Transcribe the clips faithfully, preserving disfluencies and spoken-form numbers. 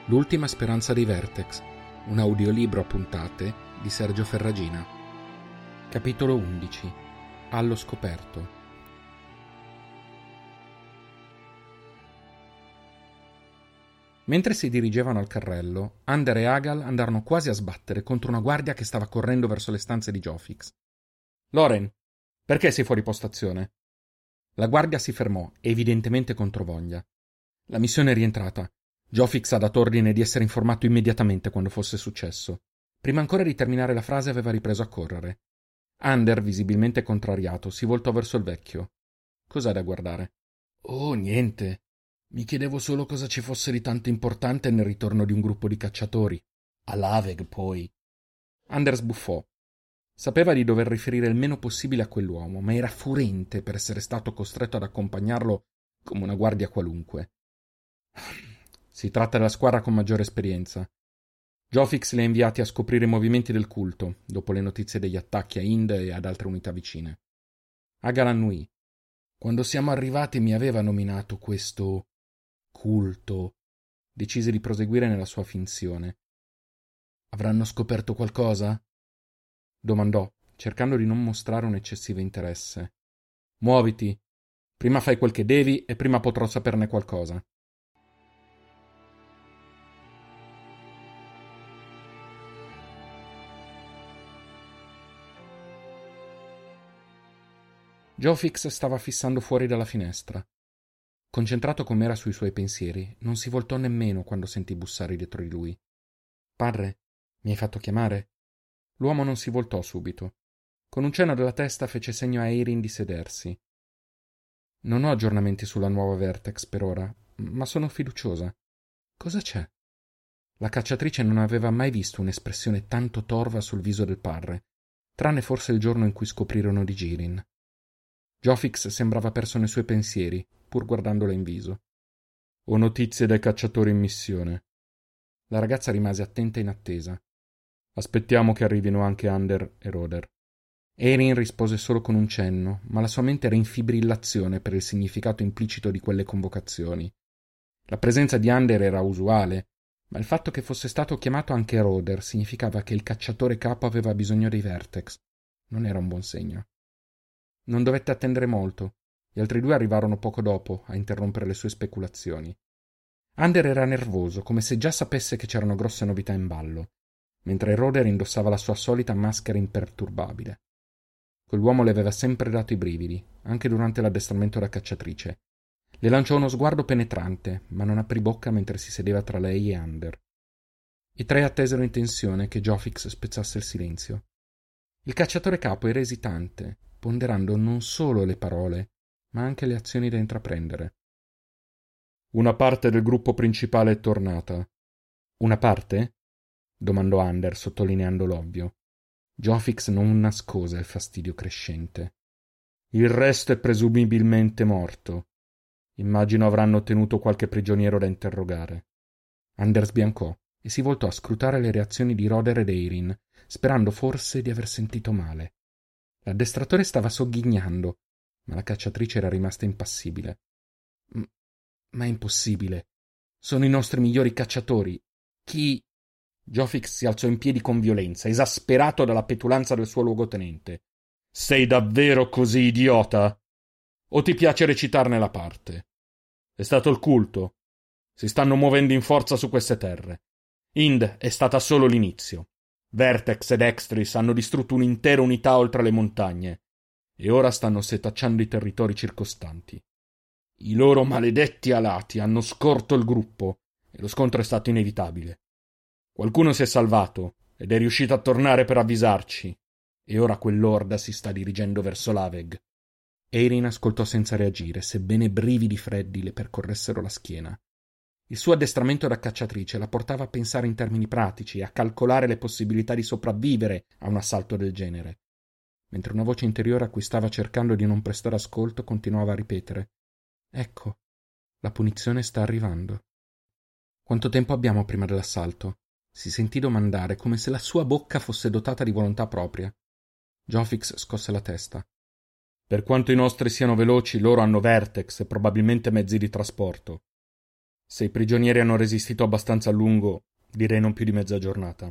L'ultima speranza dei Vertex, un audiolibro a puntate di Sergio Ferragina. Capitolo undici. Allo scoperto. Mentre si dirigevano al carrello, Ander e Agal andarono quasi a sbattere contro una guardia che stava correndo verso le stanze di Jofix. «Loren, perché sei fuori postazione?» La guardia si fermò, evidentemente controvoglia. La missione è rientrata. Jofix ha dato ordine di essere informato immediatamente quando fosse successo. Prima ancora di terminare la frase aveva ripreso a correre. Ander, visibilmente contrariato, si voltò verso il vecchio. «Cos'hai da guardare?» «Oh, niente. Mi chiedevo solo cosa ci fosse di tanto importante nel ritorno di un gruppo di cacciatori. A Laveg, poi». Ander sbuffò. Sapeva di dover riferire il meno possibile a quell'uomo, ma era furente per essere stato costretto ad accompagnarlo come una guardia qualunque. Si tratta della squadra con maggiore esperienza. Jofix li ha inviati a scoprire i movimenti del culto, dopo le notizie degli attacchi a Ind e ad altre unità vicine. Agal annui. Quando siamo arrivati mi aveva nominato questo culto. Decise di proseguire nella sua finzione. Avranno scoperto qualcosa? Domandò, cercando di non mostrare un eccessivo interesse. Muoviti. Prima fai quel che devi e prima potrò saperne qualcosa. Jofix stava fissando fuori dalla finestra. Concentrato com'era sui suoi pensieri, non si voltò nemmeno quando sentì bussare dietro di lui. «Padre, mi hai fatto chiamare?» L'uomo non si voltò subito. Con un cenno della testa fece segno a Eirin di sedersi. «Non ho aggiornamenti sulla nuova Vertex per ora, ma sono fiduciosa. Cosa c'è?» La cacciatrice non aveva mai visto un'espressione tanto torva sul viso del padre, tranne forse il giorno in cui scoprirono di Girin. Jofix sembrava perso nei suoi pensieri, pur guardandola in viso. «Ho notizie dai cacciatori in missione». La ragazza rimase attenta in attesa. «Aspettiamo che arrivino anche Ander e Roder». Eirin rispose solo con un cenno, ma la sua mente era in fibrillazione per il significato implicito di quelle convocazioni. La presenza di Ander era usuale, ma il fatto che fosse stato chiamato anche Roder significava che il cacciatore capo aveva bisogno dei Vertex. Non era un buon segno. Non dovette attendere molto. Gli altri due arrivarono poco dopo a interrompere le sue speculazioni. Ander era nervoso, come se già sapesse che c'erano grosse novità in ballo, mentre Roder indossava la sua solita maschera imperturbabile. Quell'uomo le aveva sempre dato i brividi, anche durante l'addestramento da cacciatrice. Le lanciò uno sguardo penetrante, ma non aprì bocca mentre si sedeva tra lei e Ander. I tre attesero in tensione che Jofix spezzasse il silenzio. Il cacciatore capo era esitante, ponderando non solo le parole, ma anche le azioni da intraprendere. «Una parte del gruppo principale è tornata». «Una parte?» domandò Ander, sottolineando l'ovvio. Jofix non nascose il fastidio crescente. «Il resto è presumibilmente morto. Immagino avranno tenuto qualche prigioniero da interrogare». Ander sbiancò e si voltò a scrutare le reazioni di Roder ed Eirin, sperando forse di aver sentito male. L'addestratore stava sogghignando, ma la cacciatrice era rimasta impassibile. M- ma è impossibile. Sono i nostri migliori cacciatori. Chi... Jofix si alzò in piedi con violenza, esasperato dalla petulanza del suo luogotenente. «Sei davvero così idiota? O ti piace recitarne la parte? È stato il culto. Si stanno muovendo in forza su queste terre. Ind è stata solo l'inizio. Vertex ed Extris hanno distrutto un'intera unità oltre le montagne e ora stanno setacciando i territori circostanti. I loro maledetti alati hanno scorto il gruppo e lo scontro è stato inevitabile. Qualcuno si è salvato ed è riuscito a tornare per avvisarci e ora quell'orda si sta dirigendo verso Laveg». Eirin ascoltò senza reagire, sebbene brividi freddi le percorressero la schiena. Il suo addestramento da cacciatrice la portava a pensare in termini pratici e a calcolare le possibilità di sopravvivere a un assalto del genere, mentre una voce interiore a cui stava cercando di non prestare ascolto continuava a ripetere: «Ecco, la punizione sta arrivando». «Quanto tempo abbiamo prima dell'assalto?» si sentì domandare, come se la sua bocca fosse dotata di volontà propria. Jofix scosse la testa. «Per quanto i nostri siano veloci, loro hanno Vertex e probabilmente mezzi di trasporto. Se i prigionieri hanno resistito abbastanza a lungo, direi non più di mezza giornata.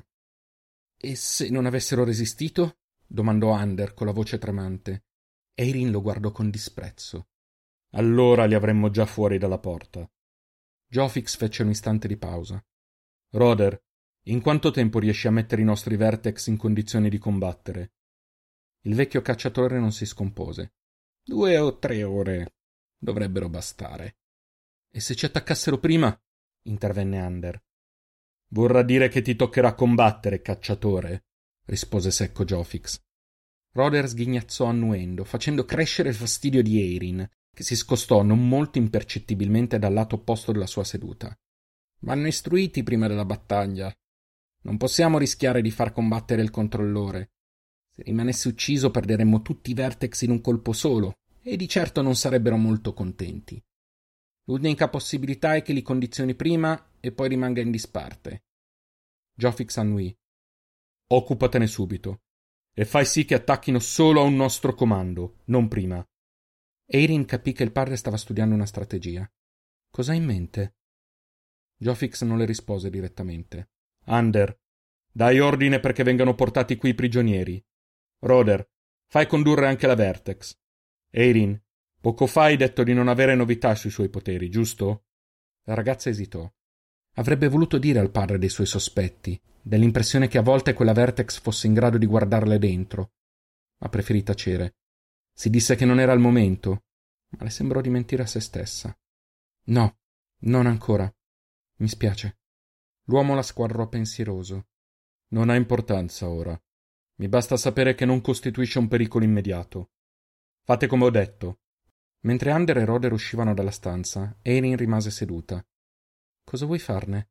E se non avessero resistito? Domandò Ander con la voce tremante. Eirin lo guardò con disprezzo. Allora li avremmo già fuori dalla porta. Jofix fece un istante di pausa. Roder, in quanto tempo riesci a mettere i nostri Vertex in condizioni di combattere? Il vecchio cacciatore non si scompose. Due o tre ore dovrebbero bastare. E se ci attaccassero prima? Intervenne Ander. Vorrà dire che ti toccherà combattere, cacciatore, rispose secco Jofix. Roder sghignazzò annuendo, facendo crescere il fastidio di Eirin, che si scostò non molto impercettibilmente dal lato opposto della sua seduta. Vanno istruiti prima della battaglia. Non possiamo rischiare di far combattere il controllore. Se rimanesse ucciso perderemmo tutti i Vertex in un colpo solo, e di certo non sarebbero molto contenti. L'unica possibilità è che li condizioni prima e poi rimanga in disparte. Jofix annui. Occupatene subito, e fai sì che attacchino solo a un nostro comando, non prima. Eirin capì che il padre stava studiando una strategia. Cosa ha in mente? Jofix non le rispose direttamente. Ander, dai ordine perché vengano portati qui i prigionieri. Roder, fai condurre anche la Vertex. Eirin, poco fa hai detto di non avere novità sui suoi poteri, giusto? La ragazza esitò. Avrebbe voluto dire al padre dei suoi sospetti, dell'impressione che a volte quella Vertex fosse in grado di guardarle dentro, ma preferì tacere. Si disse che non era il momento, ma le sembrò di mentire a se stessa. No, non ancora. Mi spiace. L'uomo la squadrò pensieroso. Non ha importanza ora. Mi basta sapere che non costituisce un pericolo immediato. Fate come ho detto. Mentre Ander e Roder uscivano dalla stanza, Eirin rimase seduta. Cosa vuoi farne?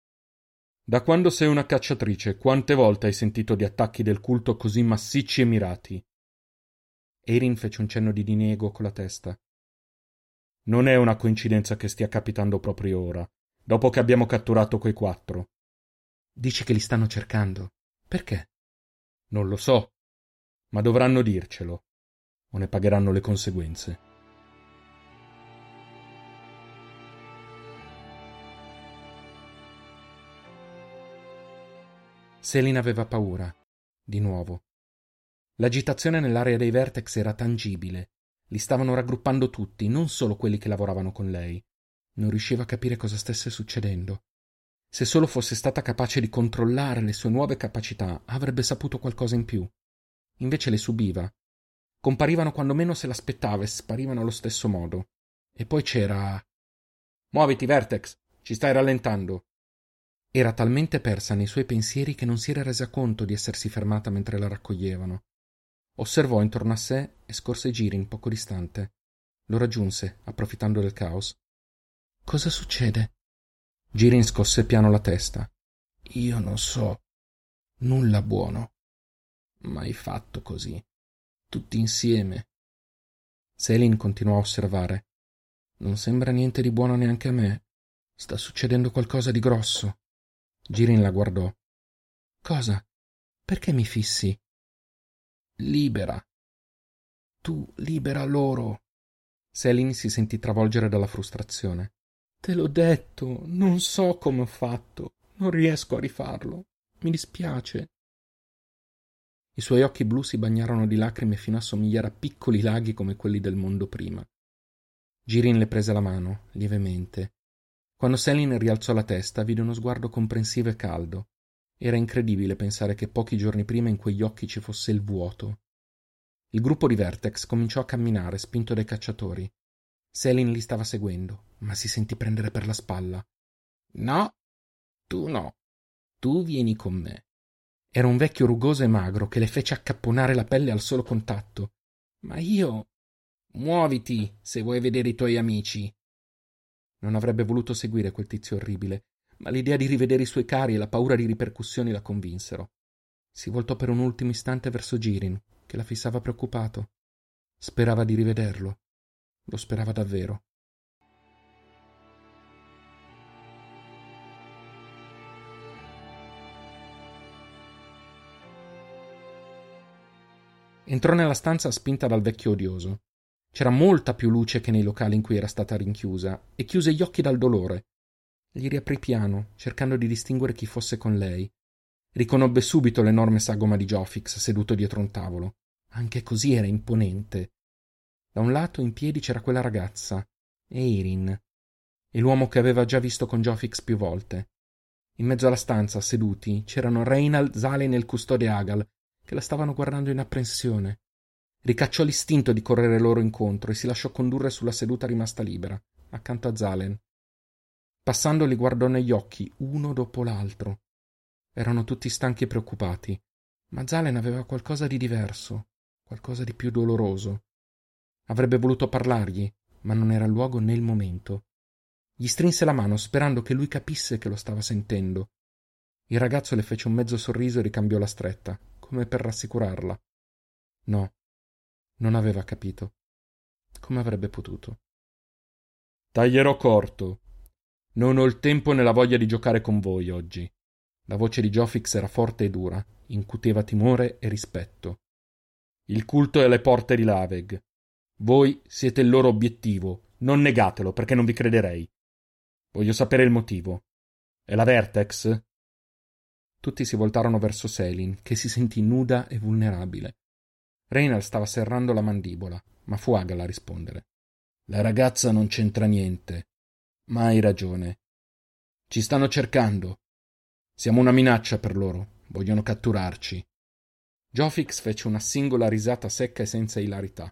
Da quando sei una cacciatrice, quante volte hai sentito di attacchi del culto così massicci e mirati? Eirin fece un cenno di diniego con la testa. Non è una coincidenza che stia capitando proprio ora, dopo che abbiamo catturato quei quattro. Dici che li stanno cercando? Perché? Non lo so, ma dovranno dircelo, o ne pagheranno le conseguenze. Selin aveva paura, di nuovo. L'agitazione nell'area dei Vertex era tangibile. Li stavano raggruppando tutti, non solo quelli che lavoravano con lei. Non riusciva a capire cosa stesse succedendo. Se solo fosse stata capace di controllare le sue nuove capacità, avrebbe saputo qualcosa in più. Invece le subiva. Comparivano quando meno se l'aspettava e sparivano allo stesso modo. E poi c'era... Muoviti, Vertex! Ci stai rallentando! Era talmente persa nei suoi pensieri che non si era resa conto di essersi fermata mentre la raccoglievano. Osservò intorno a sé e scorse Girin poco distante. Lo raggiunse, approfittando del caos. Cosa succede? Girin scosse piano la testa. Io non so. Nulla buono. Mai fatto così. Tutti insieme. Selin continuò a osservare. Non sembra niente di buono neanche a me. Sta succedendo qualcosa di grosso. Girin la guardò. Cosa? Perché mi fissi? Libera. Tu libera loro. Selin si sentì travolgere dalla frustrazione. Te l'ho detto, non so come ho fatto. Non riesco a rifarlo. Mi dispiace. I suoi occhi blu si bagnarono di lacrime fino a somigliare a piccoli laghi come quelli del mondo prima. Girin le prese la mano, lievemente. Quando Selin rialzò la testa, vide uno sguardo comprensivo e caldo. Era incredibile pensare che pochi giorni prima in quegli occhi ci fosse il vuoto. Il gruppo di Vertex cominciò a camminare, spinto dai cacciatori. Selin li stava seguendo, ma si sentì prendere per la spalla. No, tu no. Tu vieni con me. Era un vecchio rugoso e magro che le fece accapponare la pelle al solo contatto. Ma io... Muoviti, se vuoi vedere i tuoi amici. Non avrebbe voluto seguire quel tizio orribile, ma l'idea di rivedere i suoi cari e la paura di ripercussioni la convinsero. Si voltò per un ultimo istante verso Girin, che la fissava preoccupato. Sperava di rivederlo. Lo sperava davvero. Entrò nella stanza spinta dal vecchio odioso. C'era molta più luce che nei locali in cui era stata rinchiusa e chiuse gli occhi dal dolore. Gli riaprì piano, cercando di distinguere chi fosse con lei. Riconobbe subito l'enorme sagoma di Jofix seduto dietro un tavolo. Anche così era imponente. Da un lato in piedi c'era quella ragazza, Eirin, e l'uomo che aveva già visto con Jofix più volte. In mezzo alla stanza, seduti, c'erano Reynald, Zalen e il custode Agal, che la stavano guardando in apprensione. Ricacciò l'istinto di correre loro incontro e si lasciò condurre sulla seduta rimasta libera, accanto a Zalen. Passando li guardò negli occhi, uno dopo l'altro. Erano tutti stanchi e preoccupati, ma Zalen aveva qualcosa di diverso, qualcosa di più doloroso. Avrebbe voluto parlargli, ma non era il luogo né il momento. Gli strinse la mano sperando che lui capisse che lo stava sentendo. Il ragazzo le fece un mezzo sorriso e ricambiò la stretta, come per rassicurarla. No, non aveva capito. Come avrebbe potuto? Taglierò corto. Non ho il tempo né la voglia di giocare con voi oggi. La voce di Jofix era forte e dura, incuteva timore e rispetto. Il culto è alle porte di Laveg. Voi siete il loro obiettivo, non negatelo perché non vi crederei. Voglio sapere il motivo. È la Vertex? Tutti si voltarono verso Selin, che si sentì nuda e vulnerabile. Reynald stava serrando la mandibola, ma fu Agal a rispondere. La ragazza non c'entra niente. Ma hai ragione. Ci stanno cercando. Siamo una minaccia per loro. Vogliono catturarci. Jofix fece una singola risata secca e senza ilarità.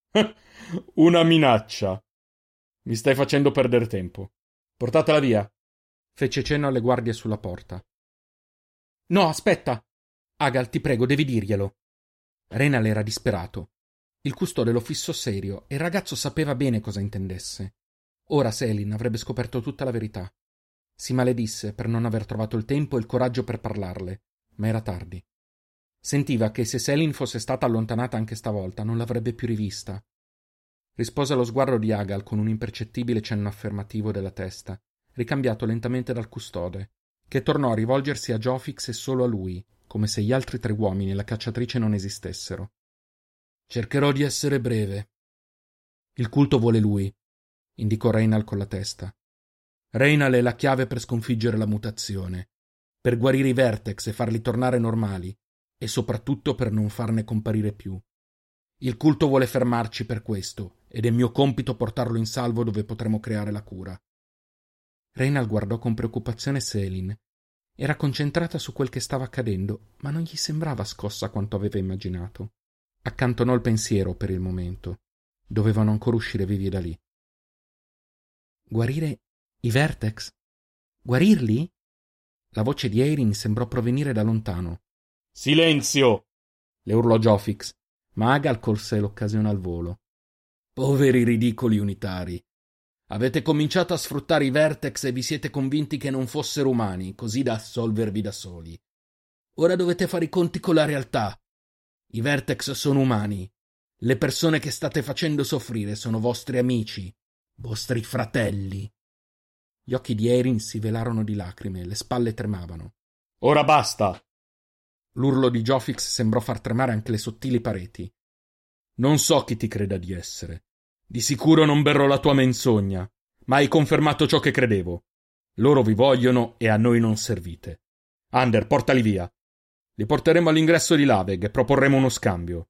Una minaccia. Mi stai facendo perdere tempo. Portatela via. Fece cenno alle guardie sulla porta. No, aspetta. Agal, ti prego, devi dirglielo. Reynald era disperato. Il custode lo fissò serio e il ragazzo sapeva bene cosa intendesse. Ora Selin avrebbe scoperto tutta la verità. Si maledisse per non aver trovato il tempo e il coraggio per parlarle, ma era tardi. Sentiva che se Selin fosse stata allontanata anche stavolta non l'avrebbe più rivista. Rispose allo sguardo di Agal con un impercettibile cenno affermativo della testa, ricambiato lentamente dal custode, che tornò a rivolgersi a Jofix e solo a lui, come se gli altri tre uomini e la cacciatrice non esistessero. Cercherò di essere breve. Il culto vuole lui, indicò Reynald con la testa. Reynald è la chiave per sconfiggere la mutazione, per guarire i Vertex e farli tornare normali, e soprattutto per non farne comparire più. Il culto vuole fermarci per questo, ed è mio compito portarlo in salvo dove potremo creare la cura. Reynald guardò con preoccupazione Selin. Era concentrata su quel che stava accadendo, ma non gli sembrava scossa quanto aveva immaginato. Accantonò il pensiero per il momento. Dovevano ancora uscire vivi da lì. Guarire i Vertex? Guarirli? La voce di Eirin sembrò provenire da lontano. Silenzio! Le urlò Jofix, ma Agal colse l'occasione al volo. Poveri ridicoli unitari! Avete cominciato a sfruttare i Vertex e vi siete convinti che non fossero umani, così da assolvervi da soli. Ora dovete fare i conti con la realtà. I Vertex sono umani. Le persone che state facendo soffrire sono vostri amici, vostri fratelli. Gli occhi di Eirin si velarono di lacrime, le spalle tremavano. Ora basta! L'urlo di Jofix sembrò far tremare anche le sottili pareti. Non so chi ti creda di essere. Di sicuro non berrò la tua menzogna, ma hai confermato ciò che credevo. Loro vi vogliono e a noi non servite. Ander, portali via. Li porteremo all'ingresso di Laveg e proporremo uno scambio.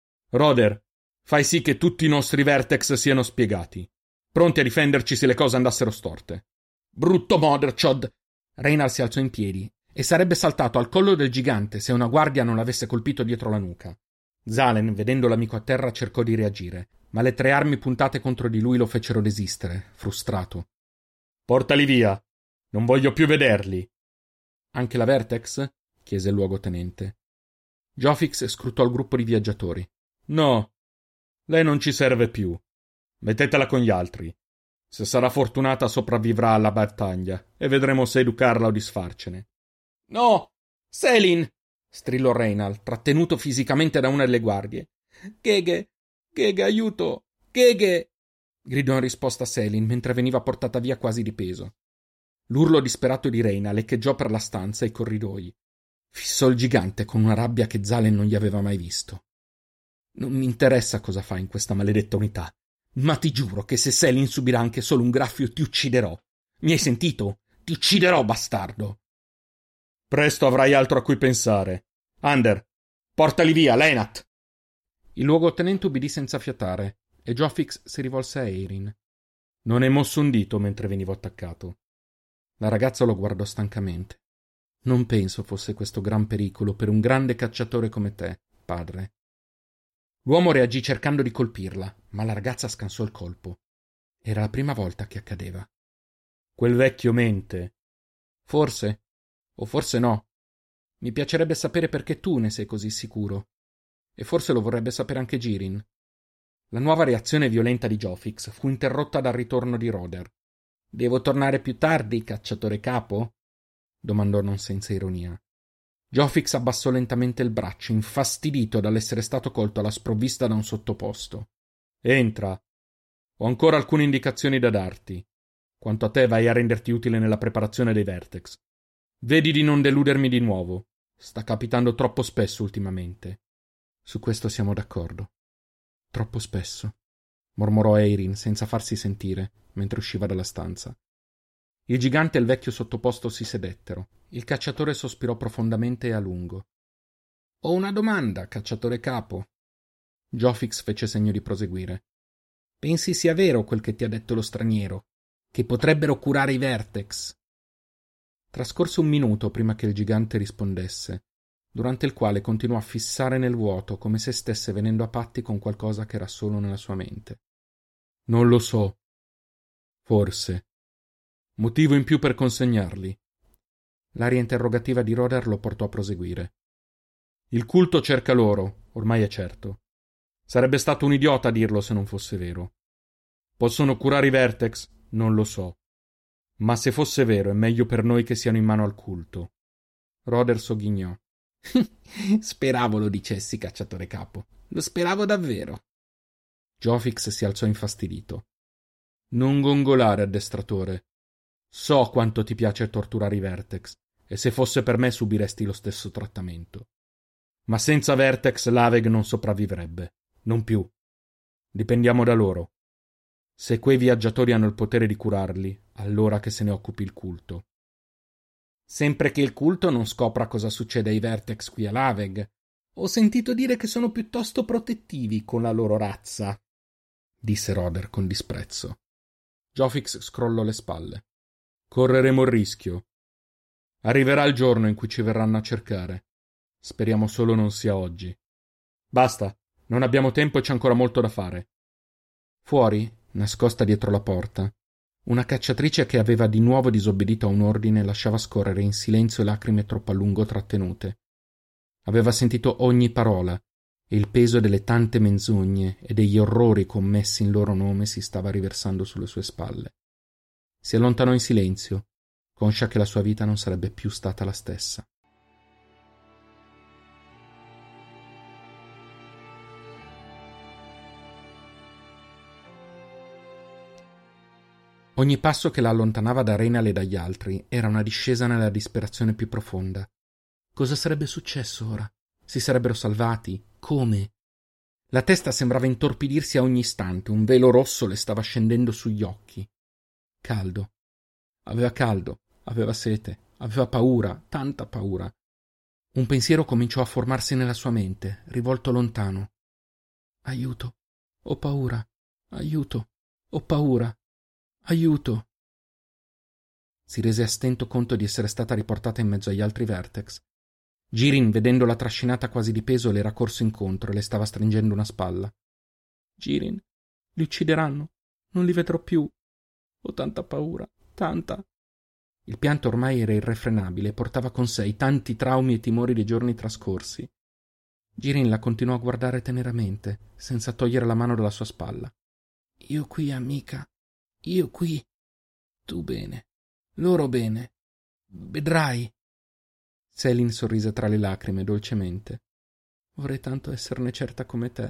Roder, fai sì che tutti i nostri Vertex siano spiegati, pronti a difenderci se le cose andassero storte. Brutto Motherchod! Reynald si alzò in piedi e sarebbe saltato al collo del gigante se una guardia non l'avesse colpito dietro la nuca. Zalen, vedendo l'amico a terra, cercò di reagire, ma le tre armi puntate contro di lui lo fecero desistere, frustrato. Portali via! Non voglio più vederli! Anche la Vertex? Chiese il luogotenente. Jofix scrutò il gruppo di viaggiatori. No, lei non ci serve più. Mettetela con gli altri. Se sarà fortunata sopravvivrà alla battaglia e vedremo se educarla o disfarcene. No! Selin! Strillò Reynald, trattenuto fisicamente da una delle guardie. Gege! Gege, aiuto! Gege! Gridò in risposta Selin mentre veniva portata via quasi di peso. L'urlo disperato di Reynald echeggiò per la stanza e i corridoi. Fissò il gigante con una rabbia che Zalen non gli aveva mai visto. Non mi interessa cosa fa in questa maledetta unità, ma ti giuro che se Selin subirà anche solo un graffio ti ucciderò. Mi hai sentito? Ti ucciderò, bastardo! Presto avrai altro a cui pensare. Ander, portali via, Leinat! Il luogotenente ubbidì senza fiatare e Jofix si rivolse a Eirin. Non hai mosso un dito mentre venivo attaccato. La ragazza lo guardò stancamente. Non penso fosse questo gran pericolo per un grande cacciatore come te, padre. L'uomo reagì cercando di colpirla, ma la ragazza scansò il colpo. Era la prima volta che accadeva. Quel vecchio mente. Forse, o forse no. Mi piacerebbe sapere perché tu ne sei così sicuro. E forse lo vorrebbe sapere anche Girin. La nuova reazione violenta di Jofix fu interrotta dal ritorno di Roder. «Devo tornare più tardi, cacciatore capo?» domandò non senza ironia. Jofix abbassò lentamente il braccio, infastidito dall'essere stato colto alla sprovvista da un sottoposto. «Entra. Ho ancora alcune indicazioni da darti. Quanto a te, vai a renderti utile nella preparazione dei Vertex. Vedi di non deludermi di nuovo. Sta capitando troppo spesso ultimamente». «Su questo siamo d'accordo. Troppo spesso», mormorò Eirin senza farsi sentire mentre usciva dalla stanza. Il gigante e il vecchio sottoposto si sedettero. Il cacciatore sospirò profondamente e a lungo. «Ho una domanda, cacciatore capo». Jofix fece segno di proseguire. «Pensi sia vero quel che ti ha detto lo straniero? Che potrebbero curare i Vertex?» Trascorse un minuto prima che il gigante rispondesse, durante il quale continuò a fissare nel vuoto come se stesse venendo a patti con qualcosa che era solo nella sua mente. «Non lo so. Forse. Motivo in più per consegnarli». L'aria interrogativa di Roder lo portò a proseguire. «Il culto cerca loro, ormai è certo. Sarebbe stato un idiota a dirlo se non fosse vero. Possono curare i Vertex? Non lo so. Ma se fosse vero è meglio per noi che siano in mano al culto». Roder sogghignò. «Speravo lo dicessi, cacciatore capo. Lo speravo davvero». Jofix si alzò infastidito. «Non gongolare, addestratore. So quanto ti piace torturare i Vertex, e se fosse per me subiresti lo stesso trattamento. Ma senza Vertex l'Aveg non sopravvivrebbe. Non più. Dipendiamo da loro. Se quei viaggiatori hanno il potere di curarli, allora che se ne occupi il culto». «Sempre che il culto non scopra cosa succede ai Vertex qui all'Aveg. Ho sentito dire che sono piuttosto protettivi con la loro razza», disse Roder con disprezzo. Jofix scrollò le spalle. «Correremo il rischio. Arriverà il giorno in cui ci verranno a cercare. Speriamo solo non sia oggi. Basta, non abbiamo tempo e c'è ancora molto da fare». Fuori, nascosta dietro la porta, una cacciatrice che aveva di nuovo disobbedito a un ordine lasciava scorrere in silenzio lacrime troppo a lungo trattenute. Aveva sentito ogni parola e il peso delle tante menzogne e degli orrori commessi in loro nome si stava riversando sulle sue spalle. Si allontanò in silenzio, conscia che la sua vita non sarebbe più stata la stessa. Ogni passo che la allontanava da Reynal e dagli altri era una discesa nella disperazione più profonda. Cosa sarebbe successo ora? Si sarebbero salvati? Come? La testa sembrava intorpidirsi a ogni istante, un velo rosso le stava scendendo sugli occhi. Caldo. Aveva caldo, aveva sete, aveva paura, tanta paura. Un pensiero cominciò a formarsi nella sua mente, rivolto lontano. Aiuto, ho paura, aiuto, ho paura. Aiuto! Si rese a stento conto di essere stata riportata in mezzo agli altri Vertex. Girin, vedendola trascinata quasi di peso, le era corso incontro e le stava stringendo una spalla. «Girin, li uccideranno. Non li vedrò più. Ho tanta paura, tanta». Il pianto ormai era irrefrenabile e portava con sé i tanti traumi e timori dei giorni trascorsi. Girin la continuò a guardare teneramente, senza togliere la mano dalla sua spalla. «Io qui, amica. Io qui. Tu bene. Loro bene. Vedrai». Selin sorrise tra le lacrime dolcemente. «Vorrei tanto esserne certa come te».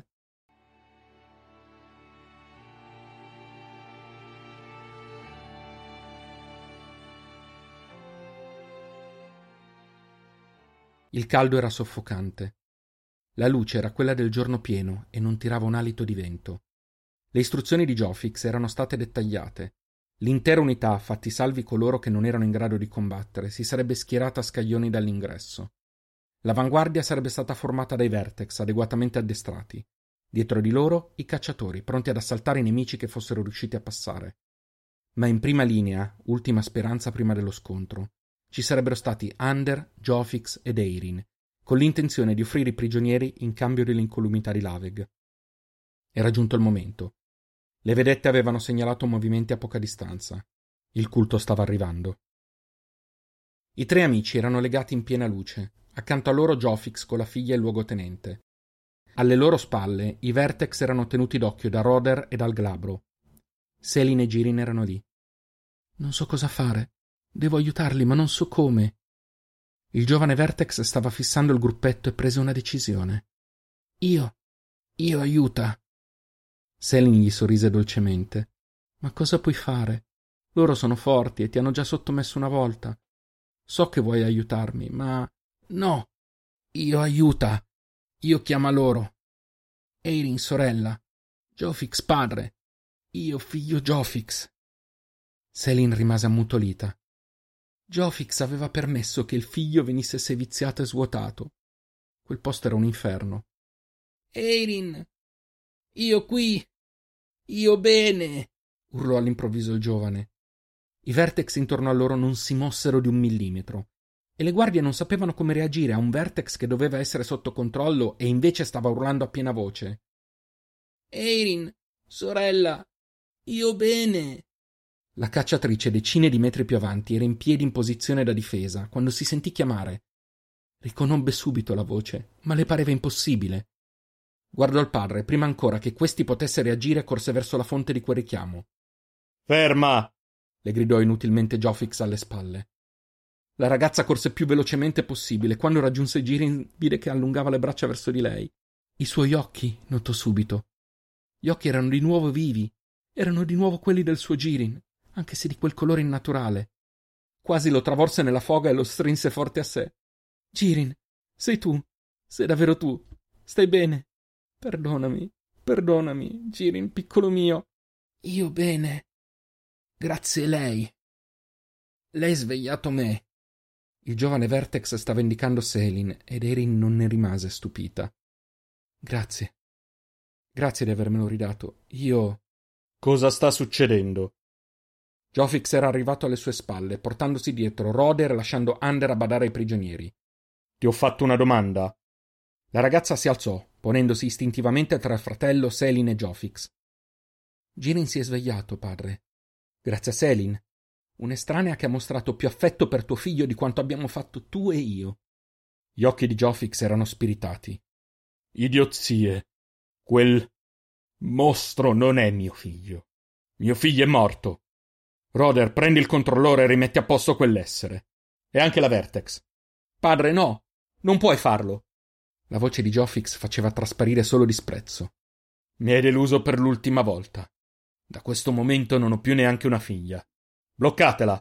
Il caldo era soffocante. La luce era quella del giorno pieno e non tirava un alito di vento. Le istruzioni di Jofix erano state dettagliate. L'intera unità, fatti salvi coloro che non erano in grado di combattere, si sarebbe schierata a scaglioni dall'ingresso. L'avanguardia sarebbe stata formata dai Vertex, adeguatamente addestrati. Dietro di loro i cacciatori, pronti ad assaltare i nemici che fossero riusciti a passare. Ma in prima linea, ultima speranza prima dello scontro, ci sarebbero stati Ander, Jofix ed Eirin, con l'intenzione di offrire i prigionieri in cambio dell'incolumità di Laveg. Era giunto il momento. Le vedette avevano segnalato movimenti a poca distanza. Il culto stava arrivando. I tre amici erano legati in piena luce, accanto a loro Jofix con la figlia e il luogotenente. Alle loro spalle i Vertex erano tenuti d'occhio da Roder e dal Glabro. Selin e Girin erano lì. Non so cosa fare. Devo aiutarli, ma non so come. Il giovane Vertex stava fissando il gruppetto e prese una decisione. Io, io aiuta. Selin gli sorrise dolcemente. Ma cosa puoi fare? Loro sono forti e ti hanno già sottomesso una volta. So che vuoi aiutarmi, ma... No! Io aiuta! Io chiama loro. Eirin sorella. Jofix padre. Io figlio Jofix. Selin rimase ammutolita. Jofix aveva permesso che il figlio venisse seviziato e svuotato. Quel posto era un inferno. Eirin! Io qui! Io bene! Urlò all'improvviso il giovane. I Vertex intorno a loro non si mossero di un millimetro, e le guardie non sapevano come reagire a un Vertex che doveva essere sotto controllo e invece stava urlando a piena voce. Eirin! Sorella! Io bene! La cacciatrice, decine di metri più avanti, era in piedi in posizione da difesa, quando si sentì chiamare. Riconobbe subito la voce, ma le pareva impossibile. Guardò il padre, prima ancora che questi potesse reagire, corse verso la fonte di quel richiamo. «Ferma!» le gridò inutilmente Jofix alle spalle. La ragazza corse più velocemente possibile. Quando raggiunse Girin, vide che allungava le braccia verso di lei. I suoi occhi, notò subito. Gli occhi erano di nuovo vivi. Erano di nuovo quelli del suo Girin, anche se di quel colore innaturale. Quasi lo travolse nella foga e lo strinse forte a sé. «Girin, sei tu. Sei davvero tu. Stai bene? Perdonami, perdonami, Girin, piccolo mio. Io bene. Grazie a lei. Lei ha svegliato me». Il giovane Vertex stava indicando Selin ed Eirin non ne rimase stupita. «Grazie. Grazie di avermelo ridato. Io...» «Cosa sta succedendo?» Jofix era arrivato alle sue spalle, portandosi dietro Roder e lasciando Ander a badare ai prigionieri. «Ti ho fatto una domanda?» La ragazza si alzò, ponendosi istintivamente tra il fratello, Selin e Jofix. «Girin si è svegliato, padre. Grazie a Selin. Un'estranea che ha mostrato più affetto per tuo figlio di quanto abbiamo fatto tu e io». Gli occhi di Jofix erano spiritati. «Idiozie. Quel mostro non è mio figlio. Mio figlio è morto. Roder, prendi il controllore e rimetti a posto quell'essere. E anche la Vertex». «Padre, no. Non puoi farlo». La voce di Jofix faceva trasparire solo disprezzo. «Mi hai deluso per l'ultima volta. Da questo momento non ho più neanche una figlia. Bloccatela!»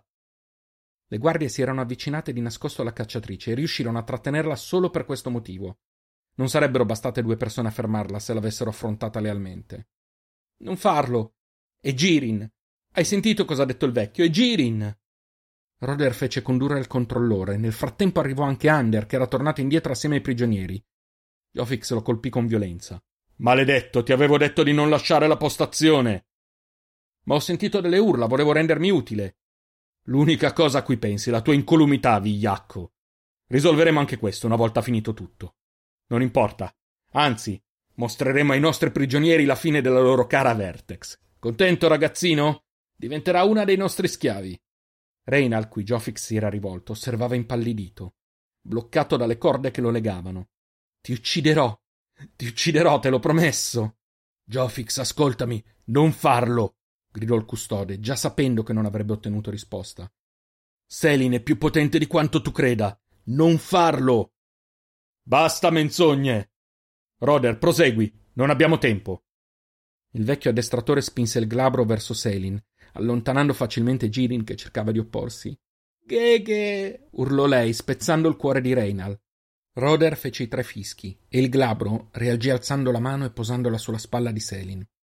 Le guardie si erano avvicinate di nascosto alla cacciatrice e riuscirono a trattenerla solo per questo motivo. Non sarebbero bastate due persone a fermarla se l'avessero affrontata lealmente. «Non farlo! È Girin! Hai sentito cosa ha detto il vecchio? È Girin!» Roder fece condurre il controllore. Nel frattempo arrivò anche Ander, che era tornato indietro assieme ai prigionieri. Jofix lo colpì con violenza. «Maledetto, ti avevo detto di non lasciare la postazione!» «Ma ho sentito delle urla, volevo rendermi utile!» «L'unica cosa a cui pensi, la tua incolumità, vigliacco! Risolveremo anche questo una volta finito tutto. Non importa. Anzi, mostreremo ai nostri prigionieri la fine della loro cara Vertex. Contento, ragazzino? Diventerà una dei nostri schiavi!» Reina, al cui Jofix si era rivolto, osservava impallidito, bloccato dalle corde che lo legavano. «Ti ucciderò! Ti ucciderò, te l'ho promesso!» «Jofix, ascoltami! Non farlo!» gridò il custode, già sapendo che non avrebbe ottenuto risposta. «Selin è più potente di quanto tu creda! Non farlo!» «Basta menzogne! Roder, prosegui! Non abbiamo tempo!» Il vecchio addestratore spinse il glabro verso Selin, allontanando facilmente Girin che cercava di opporsi. «Gheghe!» urlò lei, spezzando il cuore di Reinal. Roder fece i tre fischi e il glabro reagì alzando la mano e posandola sulla spalla di Selin.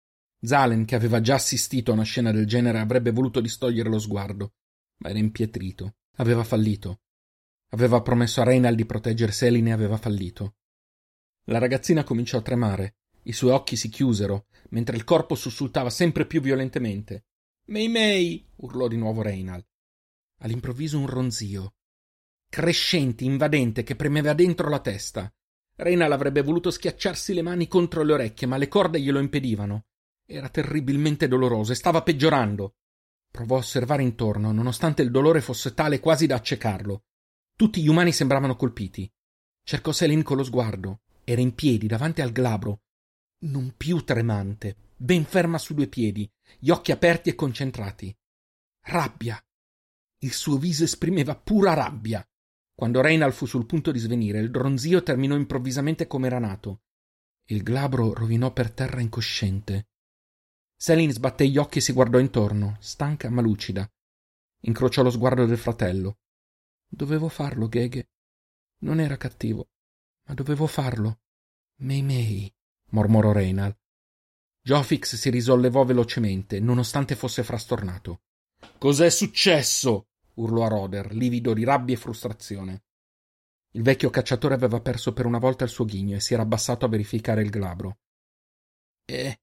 Zalen, che aveva già assistito a una scena del genere, avrebbe voluto distogliere lo sguardo, ma era impietrito. Aveva fallito. Aveva promesso a Reynald di proteggere Selin e aveva fallito. La ragazzina cominciò a tremare. I suoi occhi si chiusero, mentre il corpo sussultava sempre più violentemente. «May May!» urlò di nuovo Reynald. All'improvviso un ronzio, crescente, invadente, che premeva dentro la testa. Reynald avrebbe voluto schiacciarsi le mani contro le orecchie, ma le corde glielo impedivano. Era terribilmente doloroso e stava peggiorando. Provò a osservare intorno, nonostante il dolore fosse tale quasi da accecarlo. Tutti gli umani sembravano colpiti. Cercò Selin con lo sguardo. Era in piedi davanti al glabro, non più tremante, ben ferma su due piedi, gli occhi aperti e concentrati. Rabbia. Il suo viso esprimeva pura rabbia. Quando Reynald fu sul punto di svenire, il ronzio terminò improvvisamente come era nato. Il glabro rovinò per terra incosciente. Selin sbatté gli occhi e si guardò intorno, stanca ma lucida. Incrociò lo sguardo del fratello. Dovevo farlo, Gege. Non era cattivo, ma dovevo farlo. May May, mormorò Reynald. Jofix si risollevò velocemente, nonostante fosse frastornato. «Cos'è successo?» urlò a Roder, livido di rabbia e frustrazione. Il vecchio cacciatore aveva perso per una volta il suo ghigno e si era abbassato a verificare il glabro. «È...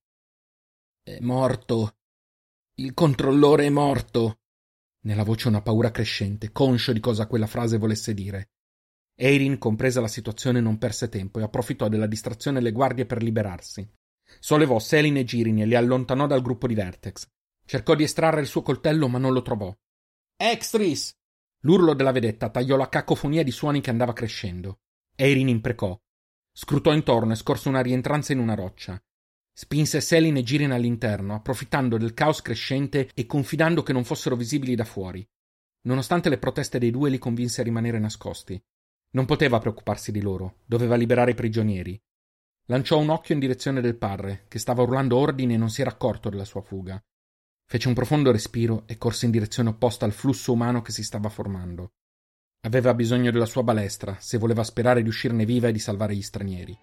è morto. Il controllore è morto». Nella voce una paura crescente, conscio di cosa quella frase volesse dire. Eirin, compresa la situazione, non perse tempo e approfittò della distrazione delle guardie per liberarsi. Sollevò Selin e Girin e li allontanò dal gruppo di Vertex. Cercò di estrarre il suo coltello, ma non lo trovò. «Extris!» L'urlo della vedetta tagliò la cacofonia di suoni che andava crescendo. Eirin imprecò. Scrutò intorno e scorse una rientranza in una roccia. Spinse Selin e Girin all'interno, approfittando del caos crescente e confidando che non fossero visibili da fuori. Nonostante le proteste dei due, li convinse a rimanere nascosti. Non poteva preoccuparsi di loro, doveva liberare i prigionieri. Lanciò un occhio in direzione del padre, che stava urlando ordini e non si era accorto della sua fuga. Fece un profondo respiro e corse in direzione opposta al flusso umano che si stava formando. Aveva bisogno della sua balestra, se voleva sperare di uscirne viva e di salvare gli stranieri.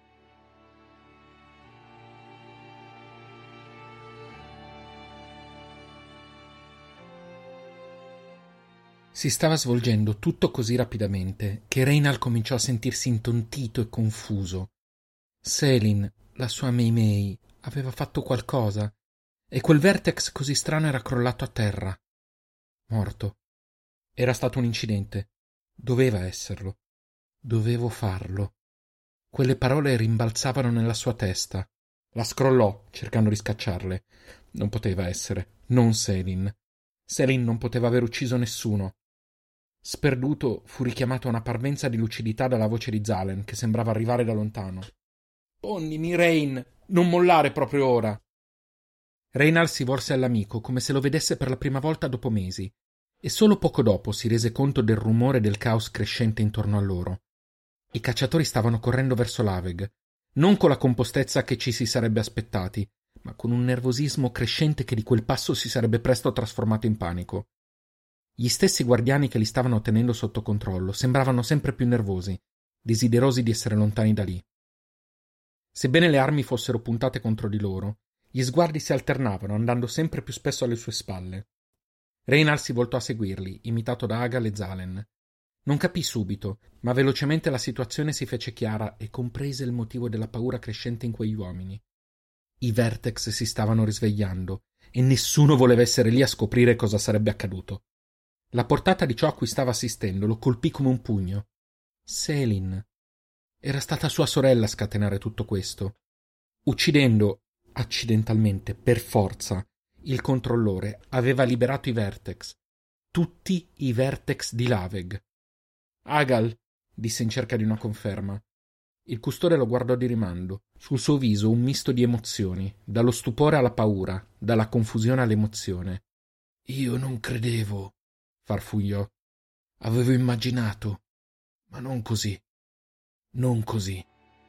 Si stava svolgendo tutto così rapidamente che Reynald cominciò a sentirsi intontito e confuso. Selin, la sua May May, aveva fatto qualcosa, e quel vertex così strano era crollato a terra. Morto. Era stato un incidente. Doveva esserlo. Dovevo farlo. Quelle parole rimbalzavano nella sua testa. La scrollò, cercando di scacciarle. Non poteva essere. Non Selin. Selin non poteva aver ucciso nessuno. Sperduto, fu richiamato a una parvenza di lucidità dalla voce di Zalen, che sembrava arrivare da lontano. «Ponnimi, Rain! Non mollare proprio ora!» Reynald si volse all'amico come se lo vedesse per la prima volta dopo mesi, e solo poco dopo si rese conto del rumore del caos crescente intorno a loro. I cacciatori stavano correndo verso l'Aveg, non con la compostezza che ci si sarebbe aspettati, ma con un nervosismo crescente che di quel passo si sarebbe presto trasformato in panico. Gli stessi guardiani che li stavano tenendo sotto controllo sembravano sempre più nervosi, desiderosi di essere lontani da lì. Sebbene le armi fossero puntate contro di loro, gli sguardi si alternavano, andando sempre più spesso alle sue spalle. Reynald si voltò a seguirli, imitato da Agal e Zalen. Non capì subito, ma velocemente la situazione si fece chiara e comprese il motivo della paura crescente in quegli uomini. I Vertex si stavano risvegliando e nessuno voleva essere lì a scoprire cosa sarebbe accaduto. La portata di ciò a cui stava assistendo lo colpì come un pugno. Selin. Era stata sua sorella a scatenare tutto questo. Uccidendo, accidentalmente, per forza, il controllore, aveva liberato i Vertex. Tutti i Vertex di Laveg. Agal, disse in cerca di una conferma. Il custode lo guardò di rimando. Sul suo viso un misto di emozioni, dallo stupore alla paura, dalla confusione all'emozione. Io non credevo, farfugliò. Avevo immaginato, ma non così. Non così.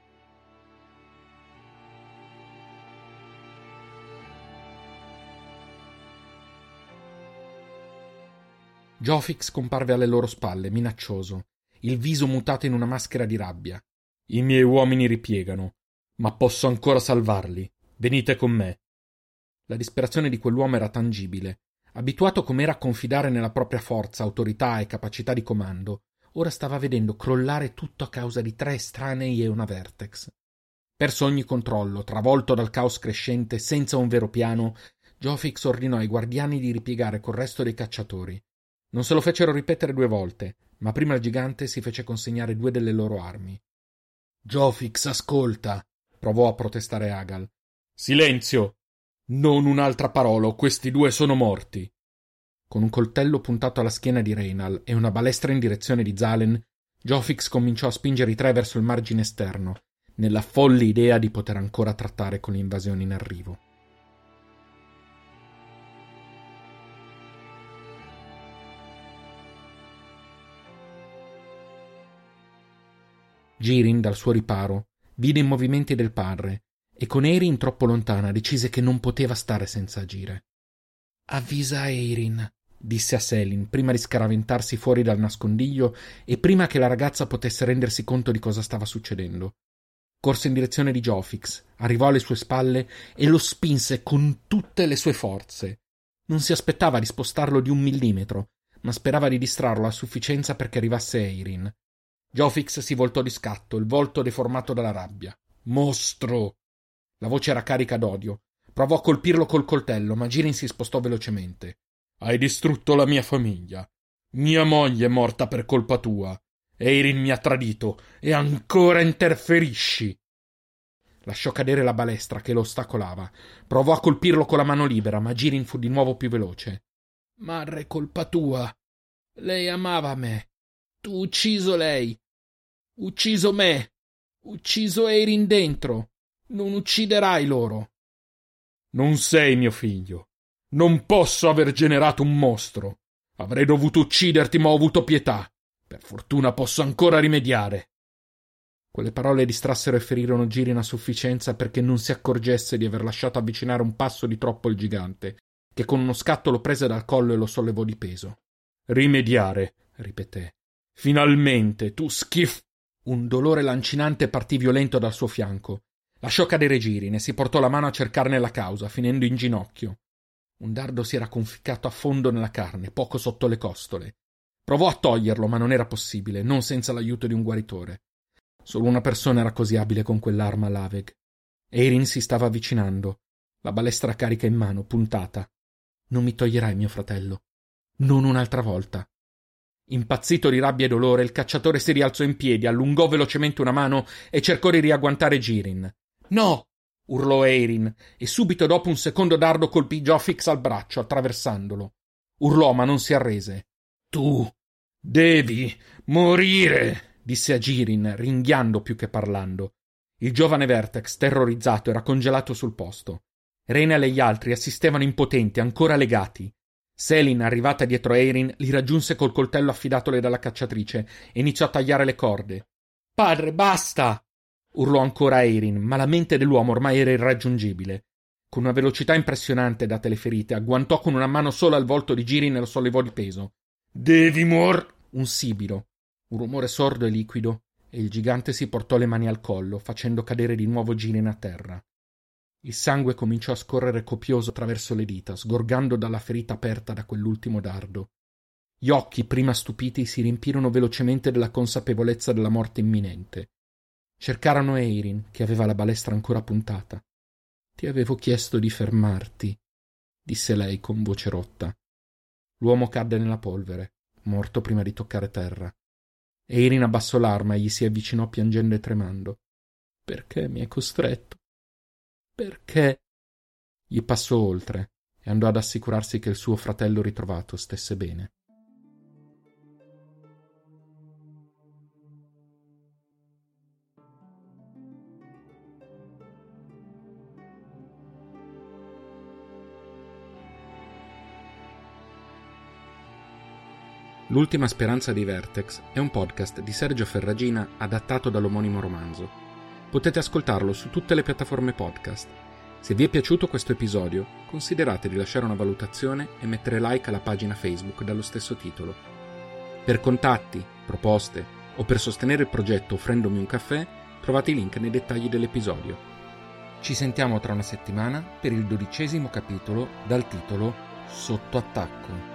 Jofix comparve alle loro spalle, minaccioso, il viso mutato in una maschera di rabbia. I miei uomini ripiegano, ma posso ancora salvarli. Venite con me. La disperazione di quell'uomo era tangibile. Abituato com'era a confidare nella propria forza, autorità e capacità di comando, ora stava vedendo crollare tutto a causa di tre estranei e una Vertex. Perso ogni controllo, travolto dal caos crescente, senza un vero piano, Jofix ordinò ai guardiani di ripiegare col resto dei cacciatori. Non se lo fecero ripetere due volte, ma prima il gigante si fece consegnare due delle loro armi. «Jofix, ascolta!» provò a protestare Agal. «Silenzio! Non un'altra parola, o questi due sono morti!» Con un coltello puntato alla schiena di Reynal e una balestra in direzione di Zalen, Jofix cominciò a spingere i tre verso il margine esterno, nella folle idea di poter ancora trattare con l'invasione in arrivo. Jirin, dal suo riparo, vide i movimenti del padre e con Eirin troppo lontana decise che non poteva stare senza agire. «Avvisa Eirin», disse a Selin prima di scaraventarsi fuori dal nascondiglio e prima che la ragazza potesse rendersi conto di cosa stava succedendo. Corse in direzione di Jofix, arrivò alle sue spalle e lo spinse con tutte le sue forze. Non si aspettava di spostarlo di un millimetro, ma sperava di distrarlo a sufficienza perché arrivasse Eirin. Jofix si voltò di scatto, il volto deformato dalla rabbia. «Mostro!» La voce era carica d'odio. Provò a colpirlo col coltello, ma Jirin si spostò velocemente. «Hai distrutto la mia famiglia. Mia moglie è morta per colpa tua. Eirin mi ha tradito e ancora interferisci!» Lasciò cadere la balestra che lo ostacolava. Provò a colpirlo con la mano libera, ma Jirin fu di nuovo più veloce. «Madre, colpa tua. Lei amava me. Tu ucciso lei. Ucciso me. Ucciso Eirin dentro. Non ucciderai loro». «Non sei mio figlio. Non posso aver generato un mostro. Avrei dovuto ucciderti, ma ho avuto pietà. Per fortuna posso ancora rimediare». Quelle parole distrassero e ferirono Jirin a sufficienza perché non si accorgesse di aver lasciato avvicinare un passo di troppo il gigante, che con uno scatto lo prese dal collo e lo sollevò di peso. «Rimediare», ripeté. «Finalmente, tu schif...» Un dolore lancinante partì violento dal suo fianco. Lasciò cadere Jirin e si portò la mano a cercarne la causa, finendo in ginocchio. Un dardo si era conficcato a fondo nella carne, poco sotto le costole. Provò a toglierlo, ma non era possibile, non senza l'aiuto di un guaritore. Solo una persona era così abile con quell'arma Laveg. Eirin si stava avvicinando, la balestra carica in mano, puntata. «Non mi toglierai mio fratello. Non un'altra volta». Impazzito di rabbia e dolore, il cacciatore si rialzò in piedi, allungò velocemente una mano e cercò di riagguantare Jirin. «No!» urlò Eirin, e subito dopo un secondo dardo colpì Jofix al braccio, attraversandolo. Urlò, ma non si arrese. «Tu devi morire!» disse a Jirin, ringhiando più che parlando. Il giovane Vertex, terrorizzato, era congelato sul posto. Reynal e gli altri assistevano impotenti, ancora legati. Selin, arrivata dietro Eirin, li raggiunse col coltello affidatole dalla cacciatrice e iniziò a tagliare le corde. «Padre, basta!» urlò ancora Eirin, ma la mente dell'uomo ormai era irraggiungibile. Con una velocità impressionante, date le ferite, agguantò con una mano sola il volto di Jirin e lo sollevò di peso. «Devi mor...» Un sibilo, un rumore sordo e liquido, e il gigante si portò le mani al collo, facendo cadere di nuovo Jirin a terra. Il sangue cominciò a scorrere copioso attraverso le dita, sgorgando dalla ferita aperta da quell'ultimo dardo. Gli occhi, prima stupiti, si riempirono velocemente della consapevolezza della morte imminente. Cercarono Eirin, che aveva la balestra ancora puntata. «Ti avevo chiesto di fermarti», disse lei con voce rotta. L'uomo cadde nella polvere, morto prima di toccare terra. Eirin abbassò l'arma e gli si avvicinò piangendo e tremando. «Perché mi hai costretto? Perché?» Gli passò oltre e andò ad assicurarsi che il suo fratello ritrovato stesse bene. L'ultima speranza dei Vertex è un podcast di Sergio Ferragina adattato dall'omonimo romanzo. Potete ascoltarlo su tutte le piattaforme podcast. Se vi è piaciuto questo episodio, considerate di lasciare una valutazione e mettere like alla pagina Facebook dallo stesso titolo. Per contatti, proposte o per sostenere il progetto offrendomi un caffè, trovate i link nei dettagli dell'episodio. Ci sentiamo tra una settimana per il dodicesimo capitolo dal titolo Sotto attacco.